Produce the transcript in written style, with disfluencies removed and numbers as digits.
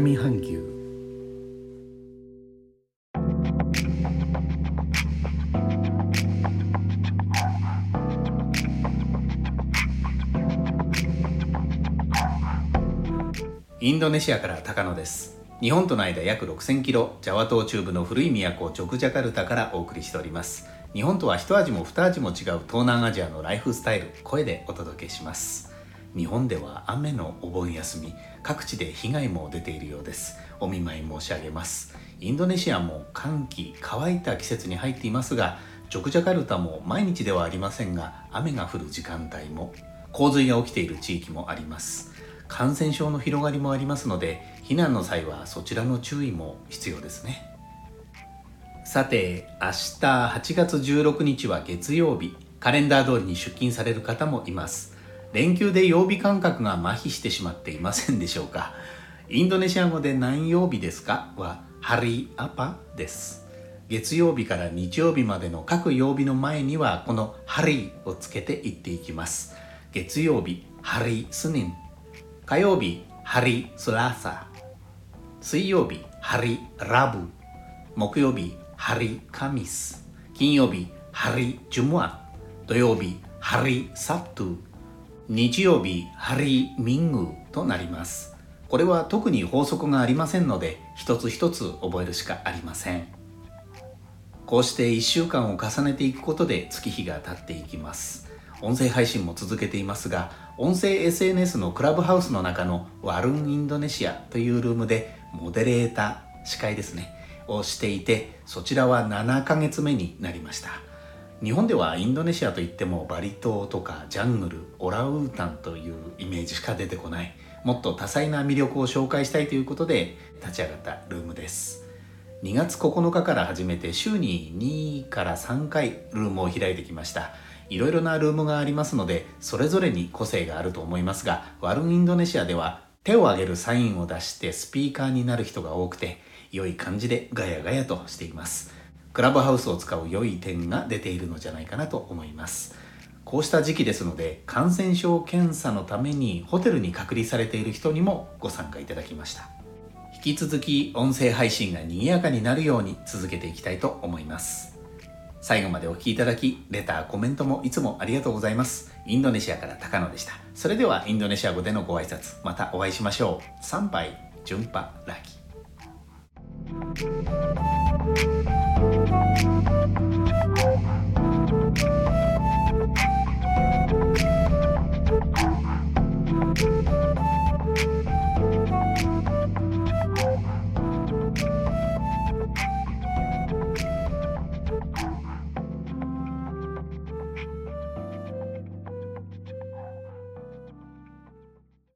南半球。インドネシアから高野です。日本との間約6000キロ、ジャワ島中部の古い都ジョグジャカルタからお送りしております。日本とは一味も二味も違う東南アジアのライフスタイル、声でお届けします。日本では雨のお盆休み、各地で被害も出ているようです。お見舞い申し上げます。インドネシアも乾季、乾いた季節に入っていますが、ジョグジャカルタも毎日ではありませんが、雨が降る時間帯も、洪水が起きている地域もあります。感染症の広がりもありますので、避難の際はそちらの注意も必要ですね。さて、明日8月16日は月曜日、カレンダー通りに出勤される方もいます。連休で曜日感覚が麻痺してしまっていませんでしょうか。インドネシア語で何曜日ですかはハリアパです。月曜日から日曜日までの各曜日の前にはこのハリをつけて言っていきます。月曜日、ハリスニン。火曜日、ハリスラサ。水曜日、ハリラブ。木曜日、ハリカミス。金曜日、ハリジュムア。土曜日、ハリサプトゥ。日曜日、ハリミングとなります。これは特に法則がありませんので、一つ一つ覚えるしかありません。こうして1週間を重ねていくことで月日が経っていきます。音声配信も続けていますが、音声 SNS のクラブハウスの中のワルンインドネシアというルームでモデレーター、司会ですね、をしていて、そちらは7ヶ月目になりました。日本ではインドネシアといってもバリ島とかジャングル、オランウータンというイメージしか出てこない、もっと多彩な魅力を紹介したいということで立ち上がったルームです。2月9日から始めて週に2から3回ルームを開いてきました。いろいろなルームがありますので、それぞれに個性があると思いますが、ワルンインドネシアでは手を挙げるサインを出してスピーカーになる人が多くて、良い感じでガヤガヤとしています。クラブハウスを使う良い点が出ているのじゃないかなと思います。こうした時期ですので、感染症検査のためにホテルに隔離されている人にもご参加いただきました。引き続き音声配信が賑やかになるように続けていきたいと思います。最後までお聞きいただき、レター、コメントもいつもありがとうございます。インドネシアから高野でした。それではインドネシア語でのご挨拶、またお会いしましょう。サンバイ、ジュンパ、ラキ。